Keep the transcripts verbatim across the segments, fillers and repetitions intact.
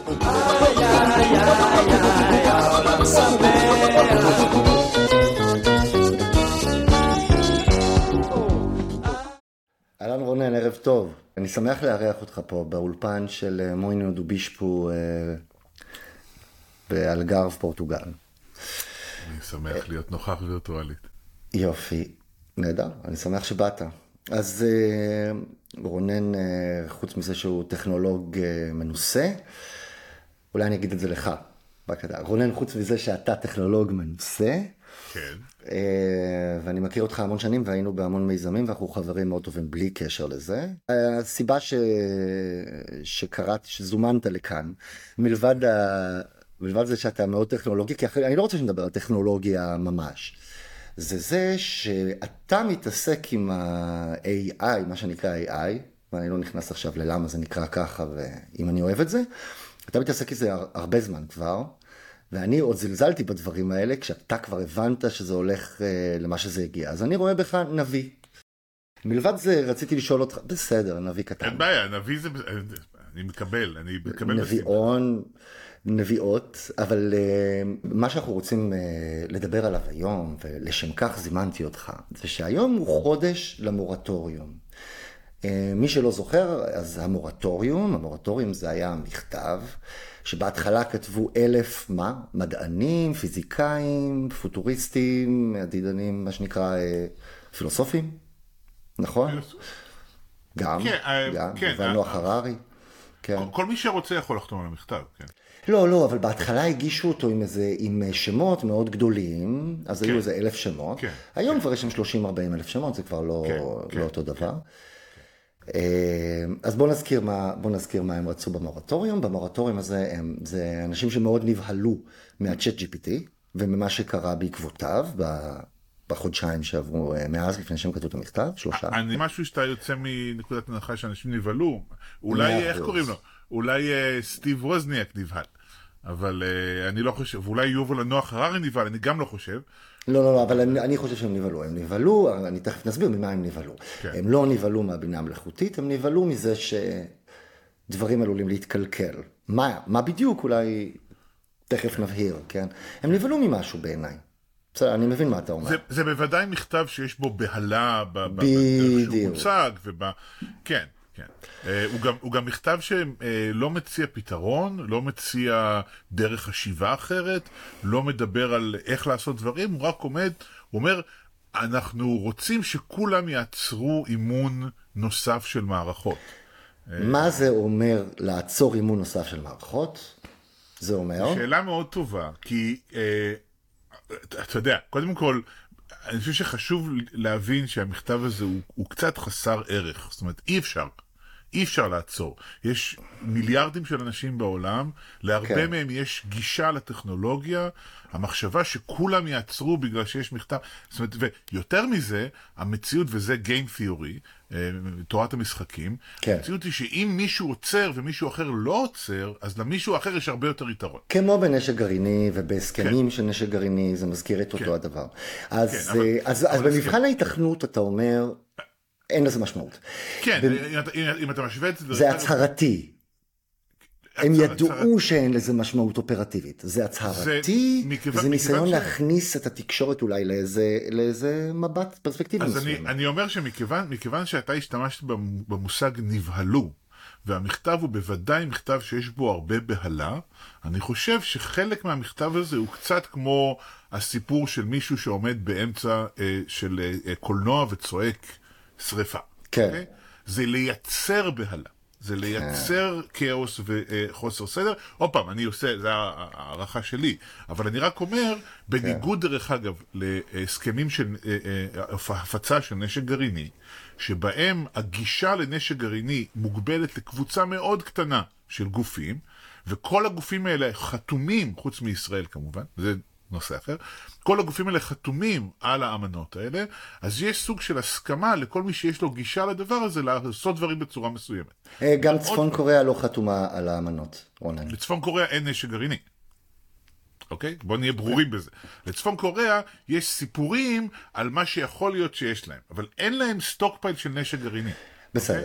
אהלן רונן, ערב טוב. אני שמח לארח אותך פה באולפן של מוינו דובישפו באלגרב, פורטוגל. אני שמח להיות נוכח וירטואלית. יופי, נהדר, אני שמח שבאת. אז רונן, חוץ מזה שהוא טכנולוג מנוסה, אולי אני אגיד את זה לך. רונן, חוץ מזה שאתה טכנולוג מנוסה, כן. ואני מכיר אותך המון שנים והיינו בהמון מיזמים ואנחנו חברים מאוד טובים בלי קשר לזה. הסיבה ש... שקראתי, שזומנת לכאן, מלבד, ה... מלבד זה שאתה מאוד טכנולוגי, כי אני לא רוצה שנדבר על טכנולוגיה ממש. זה זה שאתה מתעסק עם ה-איי איי, מה שנקרא איי איי, ואני לא נכנס עכשיו ללמה זה נקרא ככה ואם אני אוהב את זה, אתה מתעסק עם זה הרבה זמן כבר. ואני עוד זלזלתי בדברים האלה, כשאתה כבר הבנת שזה הולך אה, למה שזה הגיע. אז אני רואה בך נביא. מלבד זה רציתי לשאול אותך, בסדר, נביא קטן. אין בעיה, נביא זה, אני מקבל, אני מקבל נביאון, נביאות, אבל אה, מה שאנחנו רוצים אה, לדבר עליו היום, ולשם כך זימנתי אותך, זה שהיום הוא חודש למורטוריום. אה, מי שלא זוכר, אז המורטוריום, המורטוריום זה היה מכתב, שבהתחלה כתבו אלף מה? מדענים, פיזיקאים, פוטוריסטים, עתידנים, מה שנקרא פילוסופים, נכון? גם, גם, ונוח הררי. כל מי שרוצה יכול לחתום על המכתב, כן. לא, לא, אבל בהתחלה הגישו אותו עם איזה, עם שמות מאוד גדולים, אז היו איזה אלף שמות. היום כבר יש שם שלושים ארבעים אלף שמות, זה כבר לא אותו דבר. אז בוא נזכיר מה, בוא נזכיר מה הם רצו במורטוריום. במורטוריום הזה הם, זה אנשים שמאוד נבהלו מהצ'אט ג'י פי טי, וממה שקרה בעקבותיו, בחודשיים שעברו מאז, לפני שהם כתבו את המכתב, שלושה. אני משהו שאתה יוצא מנקודת הנחה שאנשים נבהלו, אולי, איך קוראים לו? אולי סטיב ווזניאק נבהל, אבל אני לא חושב, ואולי יובל נוח הררי נבהל, אני גם לא חושב. לא, לא, לא, אבל אני, אני חושב שהם נבהלו. הם נבהלו, אני תכף נסביר ממה הם נבהלו. כן. הם לא נבהלו מהבינה המלאכותית, הם נבהלו מזה שדברים עלולים להתקלקל. מה, מה בדיוק? אולי תכף נבהיר, כן? הם נבהלו ממשהו בעיניי. בסדר, אני מבין מה אתה אומר. זה, זה בוודאי מכתב שיש בו בהלה, בדיוק. שהוא מוצג, וב... כן. כן. הוא גם, הוא גם מכתב שלא מציע פתרון, לא מציע דרך חשיבה אחרת, לא מדבר על איך לעשות דברים, הוא רק עומד, הוא אומר, אנחנו רוצים שכולם יעצרו אימון נוסף של מערכות. מה זה אומר לעצור אימון נוסף של מערכות? זה אומר? שאלה מאוד טובה, כי אתה יודע, קודם כל, אני חושב שחשוב להבין שהמכתב הזה הוא, הוא קצת חסר ערך, זאת אומרת, אי אפשר. אי אפשר לעצור. יש מיליארדים של אנשים בעולם, להרבה כן. מהם יש גישה לטכנולוגיה, המחשבה שכולם יעצרו בגלל שיש מכתב, זאת אומרת, ויותר מזה, המציאות, וזה Game Theory, תורת המשחקים, כן. המציאות היא שאם מישהו עוצר ומישהו אחר לא עוצר, אז למישהו אחר יש הרבה יותר יתרון. כמו בנשק גרעיני ובהסכמים כן. של נשק גרעיני, זה מזכיר את אותו כן. הדבר. אז, כן, אבל, אז, אבל אז במבחן ההיתכנות אתה אומר, אין לזה משמעות. כן, אם אתה משווה את זה... זה הצהרתי. הם ידעו שאין לזה משמעות אופרטיבית. זה הצהרתי, וזה ניסיון להכניס את התקשורת אולי לאיזה מבט פרספקטיבי מסוים. אז אני אומר שמכיוון שאתה השתמשת במושג נבהלו, והמכתב הוא בוודאי מכתב שיש בו הרבה בהלה, אני חושב שחלק מהמכתב הזה הוא קצת כמו הסיפור של מישהו שעומד באמצע של קולנוע וצועק שריפה. כן. Okay? זה לייצר בהלה. זה לייצר כאוס וחוסר סדר. עוד פעם, אני עושה, זה הערכה שלי. אבל אני רק אומר, בניגוד דרך אגב, להסכמים של הפצה של נשק גרעיני, שבהם הגישה לנשק גרעיני מוגבלת לקבוצה מאוד קטנה של גופים, וכל הגופים האלה חתומים, חוץ מישראל כמובן, זה נושא אחר, כל הגופים האלה חתומים על האמנות האלה, אז יש סוג של הסכמה לכל מי שיש לו גישה לדבר הזה, לעשות דברים בצורה מסוימת. גם צפון קוריאה לא חתומה על האמנות, רונן. לצפון קוריאה אין נשק גרעיני. אוקיי? בואו נהיה ברורים בזה. לצפון קוריאה יש סיפורים על מה שיכול להיות שיש להם, אבל אין להם סטוקפייל של נשק גרעיני. בסדר.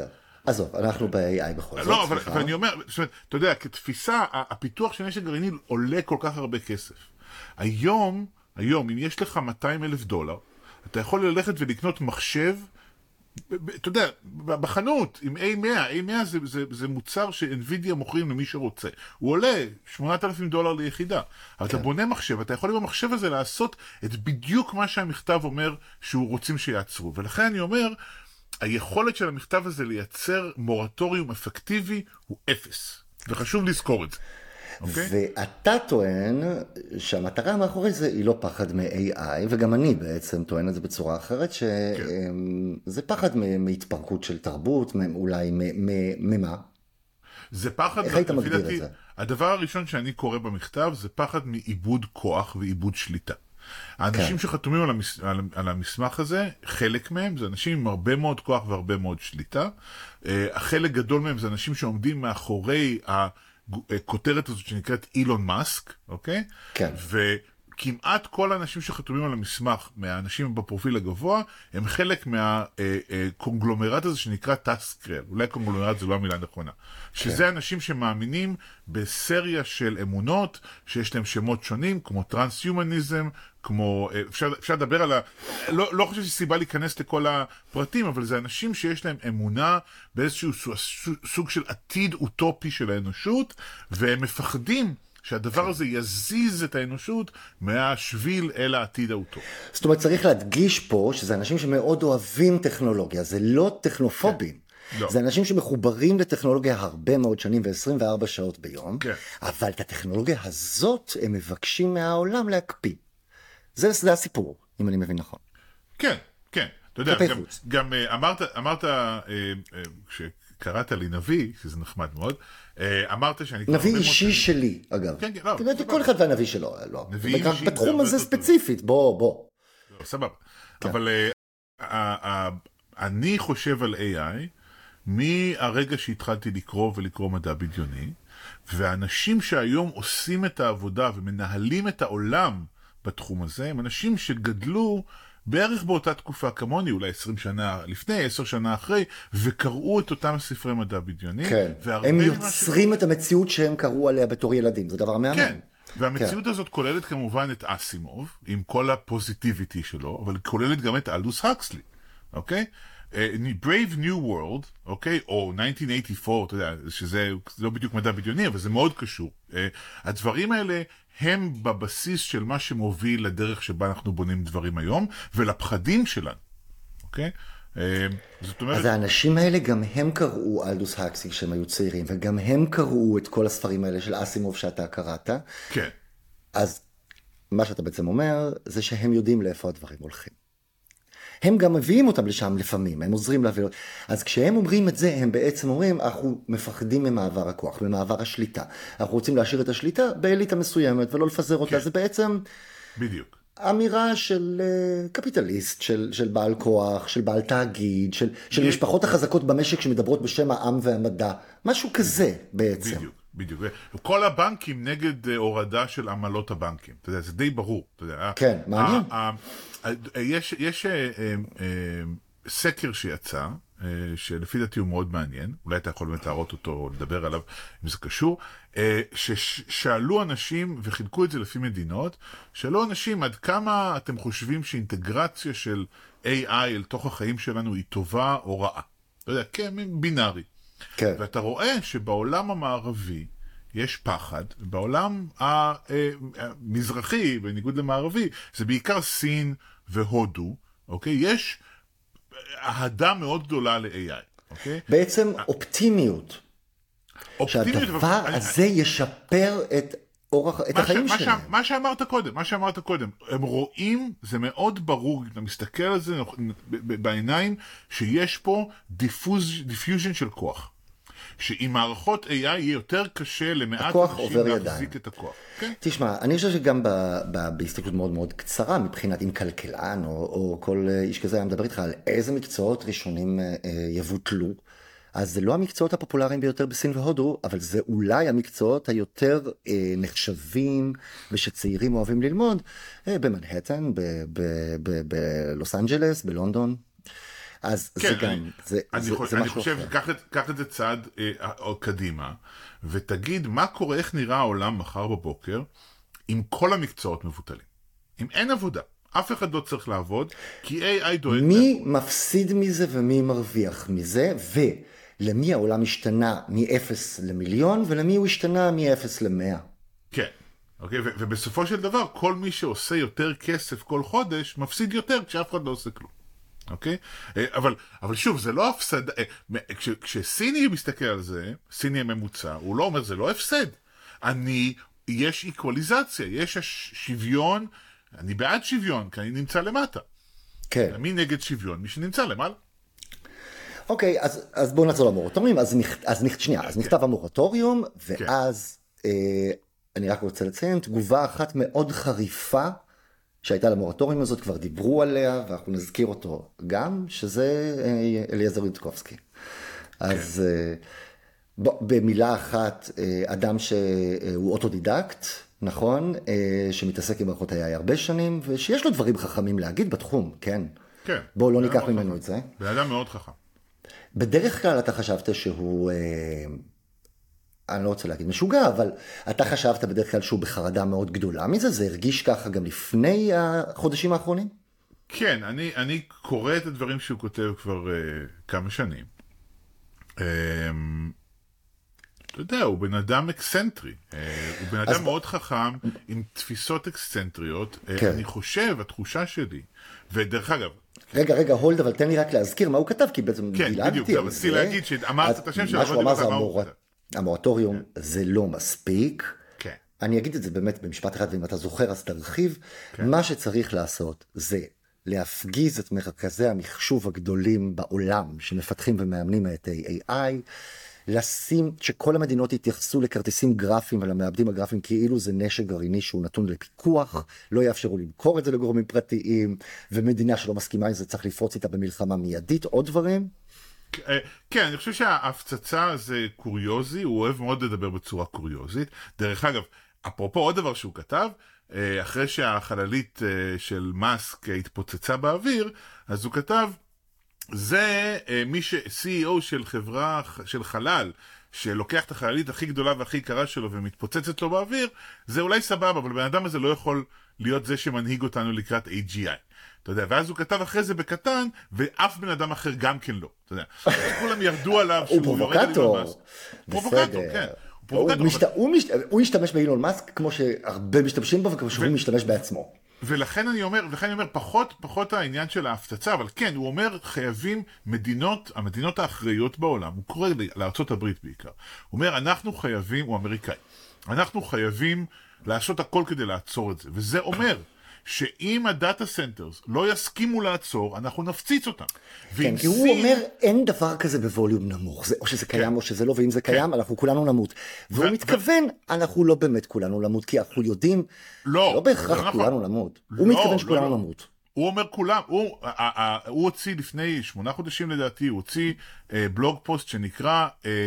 עזוב, אנחנו ב-איי איי בכל זאת. לא, אבל אני אומר, אתה יודע, כתפיסה, הפיתוח של נשק גרעיני עולה כל כך הרבה כסף. היום, היום, אם יש לך מאתיים אלף דולר, אתה יכול ללכת ולקנות מחשב, אתה יודע, בחנות, עם איי מאה, איי מאה זה, זה, זה מוצר שאנווידיה מוכרים למי שרוצה. הוא עולה שמונת אלפים דולר ליחידה. אבל כן. אתה בונה מחשב, אתה יכול עם המחשב הזה לעשות את בדיוק מה שהמכתב אומר שהוא רוצים שיעצרו. ולכן אני אומר, היכולת של המכתב הזה לייצר מורטוריום אפקטיבי הוא אפס. וחשוב לזכור את זה. Okay. ואתה טוען שהמטרה מאחורי זה היא לא פחד מ-איי איי, וגם אני בעצם טוען את זה בצורה אחרת, שזה okay. פחד מהתפרקות של תרבות, אולי ממה? זה פחד, איך היית מגדיר את זה? הדבר הראשון שאני קורא במכתב זה פחד מאיבוד כוח ואיבוד שליטה. האנשים okay. שחתומים על, המס... על המסמך הזה, חלק מהם זה אנשים עם הרבה מאוד כוח והרבה מאוד שליטה. החלק גדול מהם זה אנשים שעומדים מאחורי ה... כותרת הזאת שנקראת אילון מאסק, אוקיי? כן. וכמעט כל האנשים שחתומים על המסמך, מהאנשים בפרופיל הגבוה, הם חלק מהקונגלומרט הזה שנקרא טאסקרל. אולי קונגלומרט זו לא המילה נכונה. שזה אנשים שמאמינים בסריה של אמונות, שיש להם שמות שונים, כמו טרנס-יומניזם, כמו, אפשר, אפשר לדבר על ה... לא, לא חושב שיש סיבה להיכנס לכל הפרטים, אבל זה אנשים שיש להם אמונה באיזשהו סוג של עתיד אוטופי של האנושות, והם מפחדים שהדבר הזה יזיז את האנושות מהשביל אל העתיד האוטופי. זאת אומרת, צריך להדגיש פה שזה אנשים שמאוד אוהבים טכנולוגיה, זה לא טכנופובים. לא. זה אנשים שמחוברים לטכנולוגיה הרבה מאוד שנים ו-עשרים וארבע שעות ביום, כן. אבל את הטכנולוגיה הזאת הם מבקשים מהעולם להקפיא. זה, זה הסיפור, אם אני מבין נכון. כן, כן. אתה יודע, גם, גם אמרת, אמרת, כשקראת לי נביא, שזה נחמד מאוד, אמרת שאני... נביא אישי שלי, אגב. כן, כן, לא. כל אחד והנביא שלו, לא. נביא אישי. בתחום הזה ספציפית, בוא, בוא. סבבה. אבל אני חושב על איי איי, מהרגע שהתחלתי לקרוא ולקרוא מדע בדיוני, והאנשים שהיום עושים את העבודה ומנהלים את העולם בתחום הזה, הם אנשים שגדלו בערך באותה תקופה כמוני, אולי עשרים שנה לפני, עשר שנה אחרי, וקראו את אותם ספרי מדע בדיוני. כן, הם יוצרים ש... את המציאות שהם קראו עליה בתור ילדים, זה דבר מהמם. כן, והמציאות כן. הזאת כוללת כמובן את אסימוב, עם כל הפוזיטיביטי שלו, אבל כוללת גם את אלדוס הקסלי, אוקיי? Uh, Brave New World, אוקיי? או אלף תשע מאות שמונים וארבע, אתה יודע, שזה לא בדיוק מדע בדיוני, אבל זה מאוד קשור. Uh, הדברים האלה הם בבסיס של מה שמוביל לדרך שבה אנחנו בונים דברים היום, ולפחדים שלנו, אוקיי? Uh, זאת אומרת... אז האנשים האלה גם הם קראו אלדוס הקסלי כשהם היו צעירים, וגם הם קראו את כל הספרים האלה של אסימוב שאתה קראת. כן. אז מה שאתה בעצם אומר, זה שהם יודעים לאיפה הדברים הולכים. הם גם מביאים אותם לשם לפעמים, הם עוזרים להביא... אז כשהם אומרים את זה, הם בעצם אומרים, אנחנו מפחדים ממעבר הכוח, ממעבר השליטה. אנחנו רוצים להשאיר את השליטה באליטה מסוימת, ולא לפזר אותה. כן. זה בעצם... בדיוק. אמירה של uh, קפיטליסט, של, של בעל כוח, של בעל תאגיד, של, של משפחות החזקות במשק שמדברות בשם העם והמדע. משהו כזה בעצם. בדיוק. בדיוק. וכל הבנקים נגד הורדה של עמלות הבנקים. אתה יודע, זה די ברור. אתה יודע, כן, מעניין. יש, יש סקר שיצא, שלפי דעתי הוא מאוד מעניין, אולי אתה יכול באמת להראות אותו או לדבר עליו אם זה קשור, ששאלו אנשים וחילקו את זה לפי מדינות, שאלו אנשים עד כמה אתם חושבים שאינטגרציה של איי איי אל תוך החיים שלנו היא טובה או רעה. אתה יודע, כן, בינארי. כן. ואתה רואה שבעולם המערבי יש פחד, בעולם המזרחי, בניגוד למערבי, זה בעיקר סין והודו, אוקיי? יש אהדה מאוד גדולה ל-איי איי, אוקיי? בעצם אופטימיות. אופטימיות. שהדבר הזה ישפר את אורח, את החיים שלהם. מה שאמרת קודם, מה שאמרת קודם, הם רואים, זה מאוד ברור, אתה מסתכל על זה בעיניים, שיש פה דיפיוז'ן של כוח. שעם מערכות איי איי יהיה יותר קשה למעט אנשים להחזיק את הכוח. תשמע, אני חושב שגם בהסתכלות מאוד מאוד קצרה, מבחינת עם כלכלן או כל איש כזה, אני מדבר איתך על איזה מקצועות ראשונים יבוטלו, אז זה לא המקצועות הפופולריים ביותר בסין והודו, אבל זה אולי המקצועות היותר נחשבים ושצעירים אוהבים ללמוד, במנהטן, בלוס אנג'לס, בלונדון. אז כן, זה גם, אני, זה, אני זה, חושב, זה אני משהו חושב, אחר. קח את, קח את זה צעד אה, או קדימה, ותגיד מה קורה, איך נראה העולם מחר בבוקר, אם כל המקצועות מבוטלים. אם אין עבודה, אף אחד לא צריך לעבוד, כי איי איי דואג... מי מפסיד מזה ומי מרוויח מזה, ולמי העולם השתנה מ-אפס למיליון, ולמי הוא השתנה מ-אפס ל-מאה. כן, אוקיי, ו- ובסופו של דבר, כל מי שעושה יותר כסף כל חודש, מפסיד יותר כשאף אחד לא עושה כלום. אוקיי? אה, אבל, אבל שוב, זה לא הפסד... אה, מ- כש- כשסיני מסתכל על זה, סיני הממוצע, הוא לא אומר, זה לא הפסד. אני, יש איקוליזציה, יש הש- שוויון, אני בעד שוויון, כי אני נמצא למטה. כן. מי נגד שוויון? מי שנמצא למעלה. אוקיי, אז, אז בואו נחזור למורטוריום, אז, נכ... אז נכ... שנייה, אז נכתב המורטוריום, ואז אה, אני רק רוצה לציין, תגובה אחת מאוד חריפה, שהייתה למורטוריום הזאת, כבר דיברו עליה, ואנחנו נזכיר אותו גם, שזה אה, אליעזר יודקובסקי. אז אה, ב... במילה אחת, אה, אדם שהוא אוטודידקט, נכון, אה, שמתעסק עם מערכות איי איי הרבה שנים, ושיש לו דברים חכמים להגיד בתחום, כן? כן. בואו לא ניקח מאוד ממנו חכם. את זה. בן אדם מאוד חכם. בדרך כלל אתה חשבת שהוא, אה, אני לא רוצה להגיד משוגע, אבל אתה חשבת בדרך כלל שהוא בחרדה מאוד גדולה מזה, זה הרגיש ככה גם לפני החודשים האחרונים? כן, אני, אני קורא את הדברים שהוא כותב כבר uh, כמה שנים. Um, אתה יודע, הוא בן אדם אקסנטרי. Uh, הוא בן אדם מאוד חכם, עם תפיסות אקסצנטריות. Uh, כן. אני חושב, התחושה שלי, ודרך אגב, רגע, רגע, הולד, אבל תן לי רק להזכיר מה הוא כתב, כי בעצם כן, בדיוק, דילגתי על רציתי זה. להגיד שאמרת את השם שלו, מה שהוא אבל אמר דיברת זה מה הוא המור- כתב. המורטוריום זה לא מספיק. כן. אני אגיד את זה באמת במשפט אחד, ואם אתה זוכר אז תרחיב. מה שצריך לעשות זה להפגיז את מרכזי המחשוב הגדולים בעולם, שמפתחים ומאמנים את איי איי, לשים, שכל המדינות יתייחסו לכרטיסים גרפיים ולמעבדים הגרפיים כאילו זה נשק גרעיני שהוא נתון לפיקוח, לא יאפשרו למכור את זה לגורמים פרטיים, ומדינה שלא מסכימה עם זה צריך לפרוץ איתה במלחמה מיידית, עוד דברים. כן, אני חושב שההפצצה זה קוריוזי, הוא אוהב מאוד לדבר בצורה קוריוזית. דרך אגב, אפרופו עוד דבר שהוא כתב, אחרי שהחללית של מאסק התפוצצה באוויר, אז הוא כתב, זה מי ש-סי אי או של חברה, של חלל, שלוקח את החללית הכי גדולה והכי יקרה שלו ומתפוצצת לו באוויר, זה אולי סבבה, אבל בן אדם הזה לא יכול להיות זה שמנהיג אותנו לקראת איי ג'י איי. אתה יודע, ואז הוא כתב אחרי זה בקטן, ואף בן אדם אחר גם כן לא. אתה יודע, כולם ירדו עליו הוא פרובוקטור. פרובוקטור, כן. הוא השתמש באילון מאסק כמו שהרבה משתמשים בו וכמו שהוא משתמש בעצמו. ולכן אני אומר, ולכן אני אומר, פחות, פחות העניין של ההפצצה, אבל כן, הוא אומר, חייבים מדינות, המדינות האחראיות בעולם, הוא קורא לארצות הברית בעיקר, הוא אומר, אנחנו חייבים, הוא אמריקאי, אנחנו חייבים לעשות הכל כדי לעצור את זה, וזה אומר, שאם הדאטה סנטרס לא יסכימו לעצור, אנחנו נפציץ אותם. כן, כי הוא אומר, אין דבר כזה בווליום נמוך, או שזה קיים או שזה לא, ואם זה קיים, אנחנו כולנו נמות. והוא מתכוון, אנחנו לא באמת כולנו נמות, כי אנחנו יודעים, לא בהכרח כולנו נמות. הוא מתכוון שכולנו נמות. הוא אומר כולם, הוא הוציא לפני שמונה חודשים לדעתי, הוא הוציא בלוג פוסט שנקרא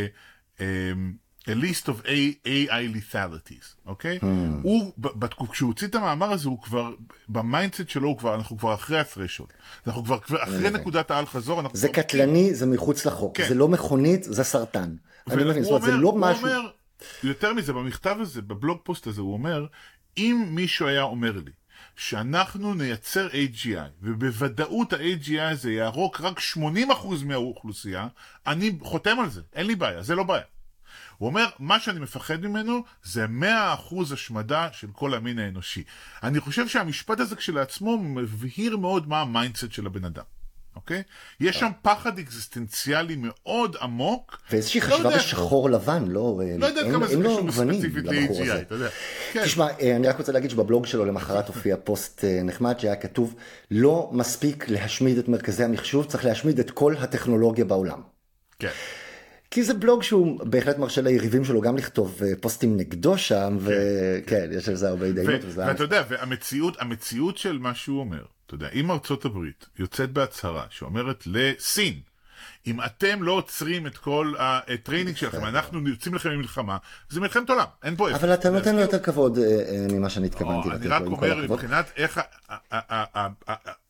A list of איי איי letalities, אוקיי? הוא, כשהוא הוציא את המאמר הזה, הוא כבר, במיינדסט שלו, הוא כבר, אנחנו כבר אחרי הפרשות. אנחנו כבר אחרי נקודת העל חזור. זה קטלני, זה מחוץ לחוק. זה לא מכונית, זה סרטן. אני מבין, זאת אומרת, זה לא משהו... הוא אומר, יותר מזה, במכתב הזה, בבלוג פוסט הזה, הוא אומר, אם מישהו היה אומר לי, שאנחנו נייצר איי ג'י איי, ובוודאות ה-איי ג'י איי הזה יערוק רק שמונים אחוז מהאוכלוסייה, אני חותם על זה, אין לי בעיה, זה לא בעיה. הוא אומר, מה שאני מפחד ממנו זה מאה אחוז השמדה של כל המין האנושי. אני חושב שהמשפט הזה כשלעצמו מבהיר מאוד מה המיינדסט של הבן אדם. אוקיי? יש שם פחד אקזיסטנציאלי מאוד עמוק. ואיזושהי חשיבה בשחור לבן, לא... לא יודע כמה זה קשור ספציפית ל-איי ג'י איי, אתה יודע. תשמע, אני רק רוצה להגיד שבבלוג שלו למחרת הופיע פוסט נחמד שהיה כתוב, לא מספיק להשמיד את מרכזי המחשוב, צריך להשמיד את כל הטכנולוגיה בעולם. כן. כי זה בלוג שהוא בהחלט מרשה ליריבים שלו גם לכתוב פוסטים נגדו שם, וכן, יש על זה הרבה התדיינות. ואתה יודע, והמציאות של מה שהוא אומר, אתה יודע, אם ארצות הברית יוצאת בהצהרה שאומרת לסין, אם אתם לא עוצרים את כל הטריינינג שלכם, אנחנו יוצאים לכם ממלחמה, זה מלחמת עולם, אין פה... אבל אתה נותן לו יותר כבוד ממה שאני התכוונתי לתת. אני רק אומר, מבחינת איך...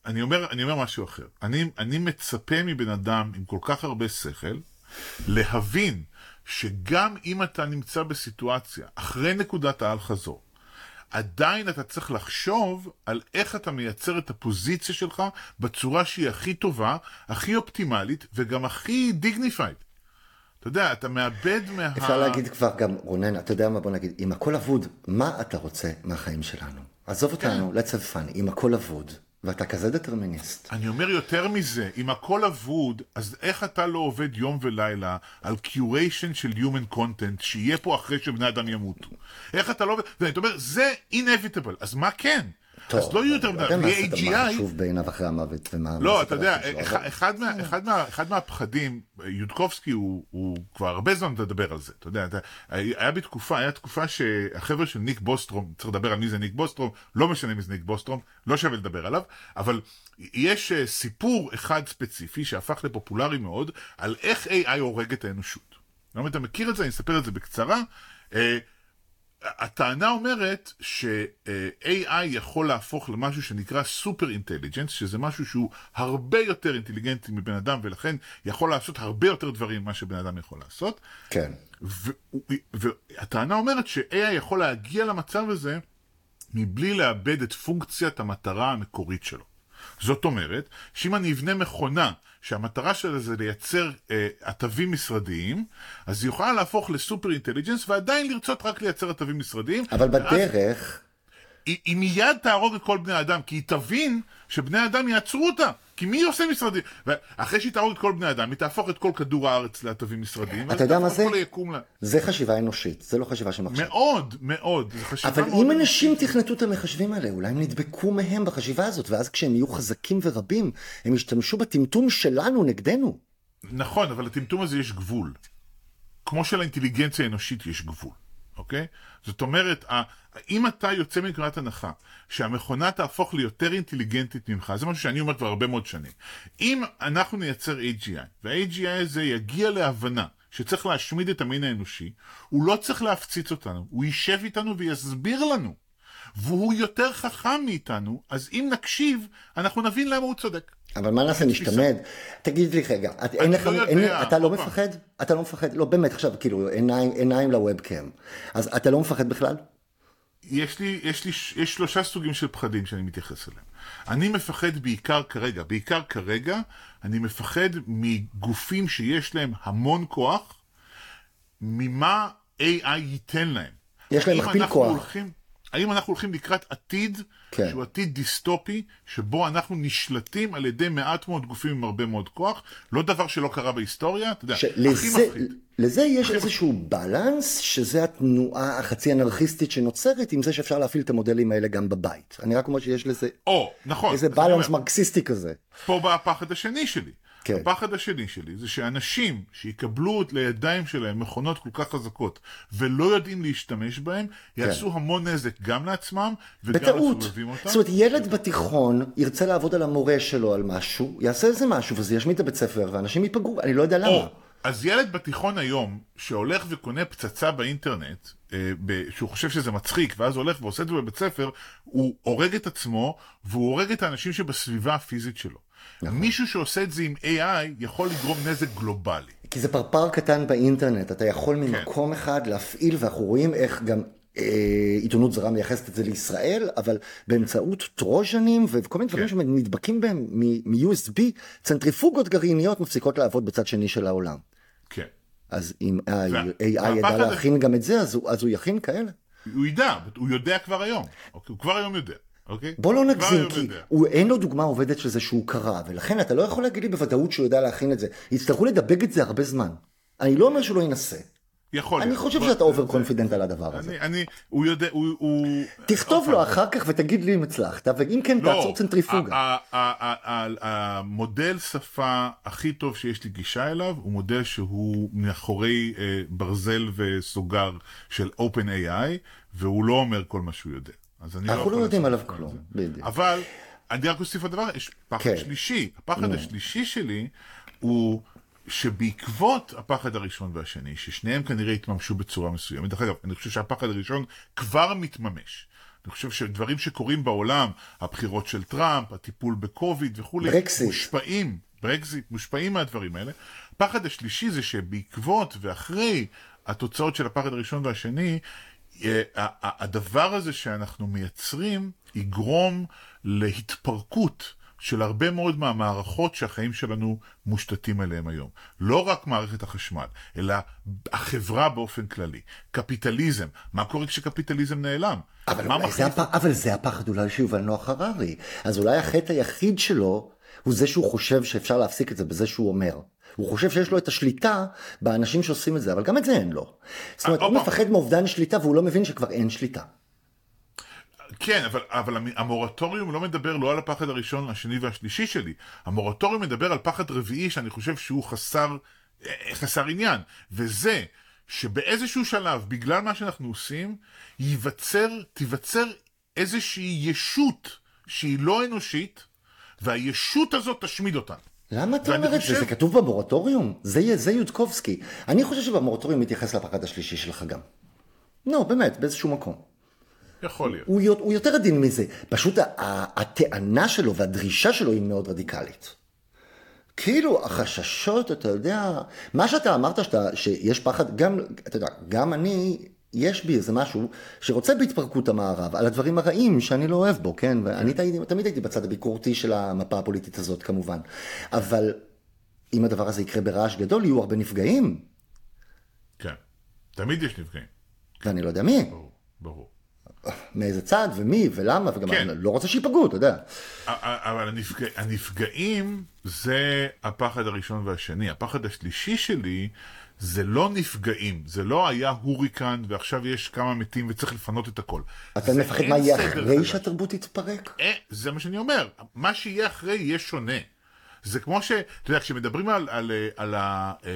אני אומר, אני אומר משהו אחר. אני, אני מצפה מבן אדם עם כל כך הרבה שכל, להבין שגם אם אתה נמצא בסיטואציה, אחרי נקודת העל חזור, עדיין אתה צריך לחשוב על איך אתה מייצר את הפוזיציה שלך בצורה שהיא הכי טובה, הכי אופטימלית, וגם הכי דיגניפייד. אתה יודע, אתה מאבד מה... אפשר להגיד כבר גם, רונן, אתה יודע מה, בוא נגיד, אם הכל אבוד, מה אתה רוצה מהחיים שלנו? עזוב אותנו, let's have fun, אם הכל אבוד, ואתה כזה דטרמיניסט. אני אומר יותר מזה, אם הכל אבוד, אז איך אתה לא עובד יום ולילה על curation של human content, שיהיה פה אחרי שבני אדם ימותו? איך אתה לא עובד... ואני אומר, זה inevitable, אז מה כן? טוב, אז לא יהיו יותר... אתה יודע מה מה חשוב בעיניו אחרי המוות ומה... לא, אתה יודע, אחד מהפחדים, יודקובסקי הוא כבר הרבה זמן לדבר על זה, אתה יודע, היה בתקופה, היה תקופה שהחבר'ה של ניק בוסטרום, צריך לדבר על מי זה ניק בוסטרום, לא משנה מי זה ניק בוסטרום, לא שווה לדבר עליו, אבל יש סיפור אחד ספציפי שהפך לפופולרי מאוד, על איך איי איי הורג את האנושות. אם אתה מכיר את זה, אני אספר את זה בקצרה. הטענה אומרת ש-איי איי יכול להפוך למשהו שנקרא סופר אינטליג'נס, שזה משהו שהוא הרבה יותר אינטליגנטי מבן אדם, ולכן יכול לעשות הרבה יותר דברים ממה שבן אדם יכול לעשות. כן. והטענה אומרת ש-איי איי יכול להגיע למצב הזה מבלי לאבד את פונקציית המטרה המקורית שלו. זאת אומרת, שאם אני אבנה מכונה שהמטרה שלה זה לייצר עטבים משרדיים, אז היא יכולה להפוך לסופר אינטליג'נס, ועדיין לרצות רק לייצר עטבים משרדיים. אבל בדרך... היא, היא מיד תהרוג את כל בני האדם, כי היא תבין שבני האדם יעצרו אותה. כי מי עושה משרדים? ואחרי שהיא תהרוג את כל בני האדם, היא תהפוך את כל כדור הארץ לעטבים משרדיים. אתה יודע מה זה? זה חשיבה אנושית, זה לא חשיבה של מחשב. מאוד, מאוד. אבל אם אנשים תכנתו את המחשבים האלה, אולי הם נדבקו מהם בחשיבה הזאת, ואז כשהם יהיו חזקים ורבים, הם ישתמשו בטמטום שלנו נגדנו. נכון, אבל לטמטום הזה יש גבול. כמו שלאינטליגנציה האנושית יש גבול. אוקיי? זאת אומרת, אם אתה יוצא מנקודת הנחה שהמכונה תהפוך ליותר אינטליגנטית ממך, זה משהו שאני אומר כבר הרבה מאוד שנים. אם אנחנו נייצר איי ג'י איי, וה-איי ג'י איי הזה יגיע להבנה שצריך להשמיד את המין האנושי, הוא לא צריך להפציץ אותנו, הוא יישב איתנו ויסביר לנו, והוא יותר חכם מאיתנו, אז אם נקשיב, אנחנו נבין למה הוא צודק. אבל מה נעשה, נשתמד? תגיד לי רגע, אתה לא מפחד? אתה לא מפחד? לא, באמת עכשיו, כאילו, עיניים לוובקאם. אז אתה לא מפחד בכלל? יש לי, יש לי, יש שלושה סוגים של פחדים שאני מתייחס אליהם. אני מפחד בעיקר כרגע, בעיקר כרגע, אני מפחד מגופים שיש להם המון כוח, ממה איי איי ייתן להם. יש להם מכפיל כוח. הולכים, האם אנחנו הולכים לקראת עתיד, כן. שהוא עתיד דיסטופי, שבו אנחנו נשלטים על ידי מעט מאוד גופים עם הרבה מאוד כוח, לא דבר שלא קרה בהיסטוריה, אתה יודע, שלזה, הכי מפחיד. לזה יש איזשהו בלנס, שזה התנועה החצי אנרכיסטית שנוצרת, עם זה שאפשר להפעיל את המודלים האלה גם בבית. אני רק אומר שיש לזה או, נכון, איזה בלנס מרקסיסטי כזה. פה בא הפחד השני שלי. כן. הפחד השני שלי זה שאנשים שיקבלו לידיים שלהם מכונות כל כך חזקות ולא יודעים להשתמש בהם, יעשו כן. המון נזק גם לעצמם וגם לסובבים אותם. זאת אומרת, ילד בתיכון ירצה לעבוד על המורה שלו על משהו, יעשה איזה משהו וזה ישמיד את הבית ספר ואנשים ייפגעו, אני לא יודע למה. או, אז ילד בתיכון היום שהולך וקונה פצצה באינטרנט, אה, ב- שהוא חושב שזה מצחיק, ואז הולך ועושה את זה בבית ספר, הוא הורג את עצמו והוא הורג את האנשים שבסביבה הפיזית שלו. נכון. מישהו שעושה את זה עם איי איי יכול לגרום נזק גלובלי. כי זה פרפר קטן באינטרנט, אתה יכול ממקום כן. אחד להפעיל, ואנחנו רואים איך גם אה, עיתונות זרה מייחסת את זה לישראל, אבל באמצעות טרוז'נים וכל מיני דברים כן. שמדבקים בהם מ-יו אס בי, צנטריפוגות גרעיניות מפסיקות לעבוד בצד שני של העולם. כן. אז אם איי איי ידע להכין גם את זה, אז הוא, אז הוא יכין כאלה. הוא ידע, הוא יודע כבר היום. הוא כבר היום יודע. Okay. בוא לא נגזים, כי הוא, אין לו דוגמה עובדת של זה שהוא קרא, ולכן אתה לא יכול להגיד לי בוודאות שהוא יודע להכין את זה. יצטרכו לדבק את זה הרבה זמן. אני לא אומר שהוא לא ינסה. יכול אני להיות. חושב שאתה אובר קונפידנט על הדבר הזה. אני, אני, הוא יודע, הוא... הוא... תכתוב לו אחר כך ותגיד לי אם הצלחת, ואם כן תעצור צנטריפוגה. המודל שפה הכי טוב שיש לי גישה אליו, הוא מודל שהוא מאחורי ברזל וסוגר של OpenAI, והוא לא אומר כל מה שהוא יודע. אנחנו לא יודעים עליו כלום. אבל אני רק אוסיף הדבר, יש פחד שלישי. הפחד השלישי שלי הוא שבעקבות הפחד הראשון והשני, ששניהם כנראה התממשו בצורה מסוימת. דרך אגב, אני חושב שהפחד הראשון כבר מתממש. אני חושב שדברים שקורים בעולם, הבחירות של טראמפ, הטיפול בקוביד וכולי, ברקסיט. מושפעים, ברקסיט, מושפעים מהדברים האלה. הפחד השלישי זה שבעקבות ואחרי התוצאות של הפחד הראשון והשני, הדבר הזה שאנחנו מייצרים יגרום להתפרקות של הרבה מאוד מהמערכות שהחיים שלנו מושתתים עליהם היום. לא רק מערכת החשמל, אלא החברה באופן כללי. קפיטליזם. מה קורה כשקפיטליזם נעלם? אבל, מה אולי מחליף... זה, הפ... אבל זה הפחד אולי שיובל נוח הררי. אז אולי החטא היחיד שלו הוא זה שהוא חושב שאפשר להפסיק את זה בזה שהוא אומר. הוא חושב שיש לו את השליטה באנשים שעושים את זה, אבל גם את זה אין לו. זאת אומרת, הוא מפחד מאובדן שליטה והוא לא מבין שכבר אין שליטה. כן, אבל, אבל המורטוריום לא מדבר לא על הפחד הראשון, השני והשלישי שלי. המורטוריום מדבר על פחד רביעי שאני חושב שהוא חסר, חסר עניין. וזה שבאיזשהו שלב, בגלל מה שאנחנו עושים, ייווצר, תיווצר איזושהי ישות שהיא לא אנושית, והישות הזאת תשמיד אותה. למה אתה אומר את זה? זה כתוב במורטוריום? זה, זה יודקובסקי. אני חושב שבמורטוריום מתייחס לפחד השלישי שלך גם. לא, באמת, באיזשהו מקום. יכול להיות. הוא, הוא יותר עדין מזה. פשוט הטענה שלו והדרישה שלו היא מאוד רדיקלית. כאילו החששות, אתה יודע, מה שאתה אמרת שאתה, שיש פחד, גם, אתה יודע, גם אני, יש בי איזה משהו שרוצה בהתפרקות המערב על הדברים הרעים שאני לא אוהב בו, כן? ואני תמיד, תמיד הייתי בצד הביקורתי של המפה הפוליטית הזאת כמובן. אבל אם הדבר הזה יקרה ברעש גדול, יהיו הרבה נפגעים. כן, תמיד יש נפגעים. ואני לא יודע מי. ברור, ברור. מאיזה צד ומי ולמה, וגם כן. אני לא רוצה שיפגעו, אתה יודע. אבל הנפגע, הנפגעים זה הפחד הראשון והשני. הפחד השלישי שלי זה לא נפגעים. זה לא היה הוריקן ועכשיו יש כמה מתים וצריך לפנות את הכל. אתה מפחד מה יהיה אחרי שהתרבות תתפרק? אה, זה מה שאני אומר. מה שיהיה אחרי יהיה שונה. זה כמו ש... אתה יודע, כשמדברים על, על, על, על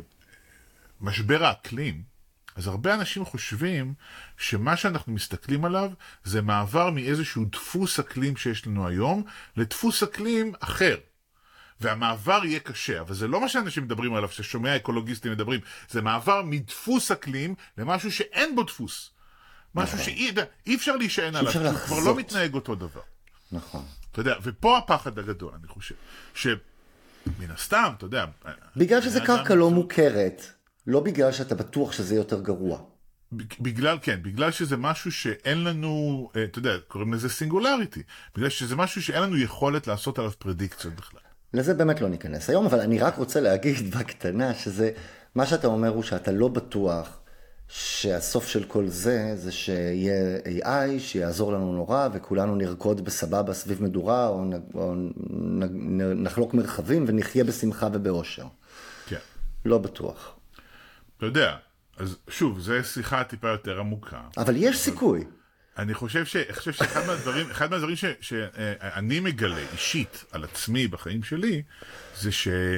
משבר האקלים, אז הרבה אנשים חושבים שמה שאנחנו מסתכלים עליו זה מעבר מאיזשהו דפוס אקלים שיש לנו היום לדפוס אקלים אחר. והמעבר יהיה קשה, אבל זה לא מה שאנשים מדברים עליו, ששומע אקולוגיסטים מדברים, זה מעבר מדפוס אקלים למשהו שאין בו דפוס. משהו שאי אי אפשר להישען עליו, כי הוא כבר לא מתנהג אותו דבר. נכון. אתה יודע, ופה הפחד הגדול, אני חושב, שמן הסתם, אתה יודע... בגלל שזה קרקע לא מוכרת. לא בגלל שאתה בטוח שזה יותר גרוע. בגלל, כן, בגלל שזה משהו שאין לנו, אתה יודע, קוראים לזה סינגולריטי, בגלל שזה משהו שאין לנו יכולת לעשות עליו פרדיקציות בכלל. לזה באמת לא ניכנס היום, אבל אני רק רוצה להגיד בקטנה, שזה, מה שאתה אומר הוא שאתה לא בטוח שהסוף של כל זה, זה שיהיה איי איי שיעזור לנו נורא, וכולנו נרקוד בסבבה סביב מדורה, או, או נחלוק מרחבים, ונחיה בשמחה ובאושר. כן. לא בטוח. אתה יודע, אז שוב, זו שיחה טיפה יותר עמוקה. אבל יש סיכוי. אני חושב ש, אני חושב שאחד מהדברים, אחד מהדברים ש, שאני מגלה אישית על עצמי בחיים שלי, זה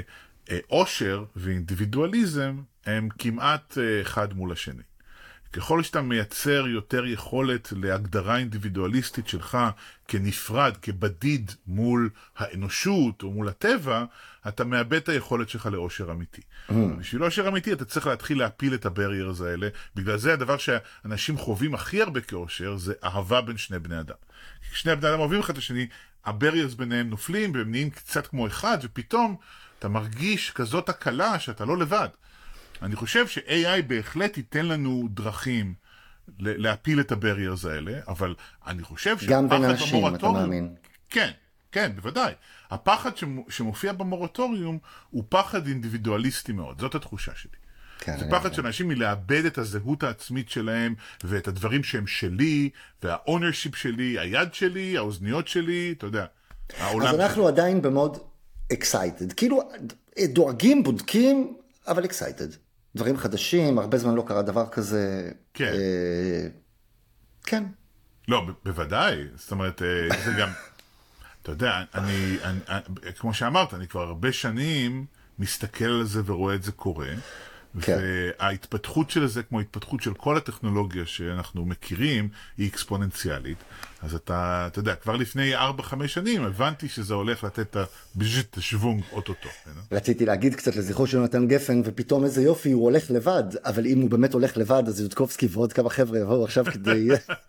שאושר ואינדיבידואליזם הם כמעט אחד מול השני. ככל שאתה מייצר יותר יכולת להגדרה אינדיבידואליסטית שלך כנפרד, כבדיד מול האנושות או מול הטבע, אתה מאבד את היכולת שלך לאושר אמיתי. Mm. בשביל אושר אמיתי אתה צריך להתחיל להפיל את הבריירס האלה, בגלל זה הדבר שאנשים חווים הכי הרבה כאושר זה אהבה בין שני בני אדם. כשני בני אדם אוהבים אחד את השני, הבריירס ביניהם נופלים והם נהיים קצת כמו אחד, ופתאום אתה מרגיש כזאת הקלה שאתה לא לבד. אני חושב ש-איי איי בהחלט ייתן לנו דרכים להפיל את הבריירס האלה, אבל אני חושב גם בין אנשים, אתה מאמין. כן, כן, בוודאי. הפחד שמופיע במורטוריום הוא פחד אינדיבידואליסטי מאוד, זאת התחושה שלי. כן, זה פחד של אנשים מלאבד את הזהות העצמית שלהם, ואת הדברים שהם שלי, והאונרשיפ שלי, היד שלי, האוזניות שלי, אתה יודע. אז אנחנו עדיין במוד excited, כאילו דואגים, בודקים, אבל excited. דברים חדשים, הרבה זמן לא קרה דבר כזה. כן. אה, כן. לא, ב- בוודאי. זאת אומרת, אה, זה גם, אתה יודע, אני, אני, אני, כמו שאמרת, אני כבר הרבה שנים מסתכל על זה ורואה את זה קורה. כן. וההתפתחות של זה, כמו ההתפתחות של כל הטכנולוגיה שאנחנו מכירים, היא אקספוננציאלית. אז אתה, אתה יודע, כבר לפני ארבע חמש שנים הבנתי שזה הולך לתת את השוונג אוטוטו. רציתי להגיד קצת לזכרו של יונתן גפן, ופתאום איזה יופי, הוא הולך לבד, אבל אם הוא באמת הולך לבד, אז יודקובסקי ועוד כמה חבר'ה יבואו עכשיו כדי...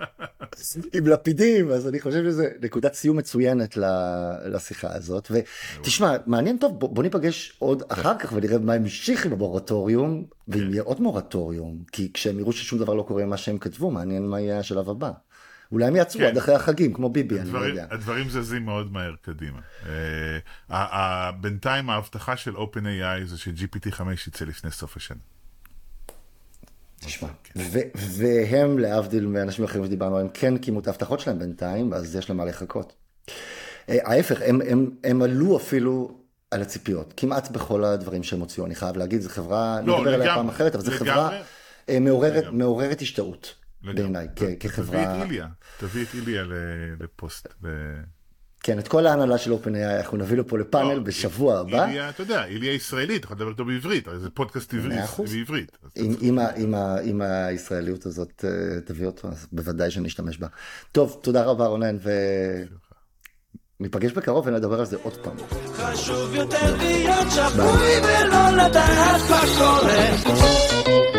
עם לפידים, אז אני חושב שזה נקודת סיום מצוינת לשיחה הזאת. ותשמע, מעניין טוב, בוא ניפגש עוד אחר כך ונראה מה המשיך עם המורטוריום, ואם יהיה עוד מורטוריום, כי כשהם יראו ששום דבר לא קורה עם מה שהם כתבו, מעניין מה יהיה השלב הבא. אולי הם יעצרו עד אחרי החגים, כמו ביבי, אני לא יודע. הדברים זזים מאוד מהר קדימה. בינתיים ההבטחה של OpenAI זה ש-ג'י פי טי חמש יצא לפני סוף השנה. תשמע, והם להבדיל מאנשים אחרים שדיברנו, הם כן קימו את ההבטחות שלהם בינתיים, אז יש להם מה לחכות. ההפך, הם עלו אפילו על הציפיות, כמעט בכל הדברים שהם הוציאו, אני חייב להגיד, זו חברה, נדבר עליה פעם אחרת, אבל זו חברה מעוררת השתאות. בעיניי, כחברה... תביא את איליה, תביא את איליה לפוסט. כן, את כל ההנהלה של OpenAI, אנחנו נביא לו פה לפאנל בשבוע הבא. איליה, אתה יודע, איליה ישראלית, אתה מדבר איתו בעברית, זה פודקאסט בעברית. אם הישראליות הזאת תביא אותו, אז בוודאי שנשתמש בה. טוב, תודה רבה רונן, וניפגש בקרוב ונדבר על זה עוד פעם. חשוב יותר להיות שפוי ולא לדעת מה קורה.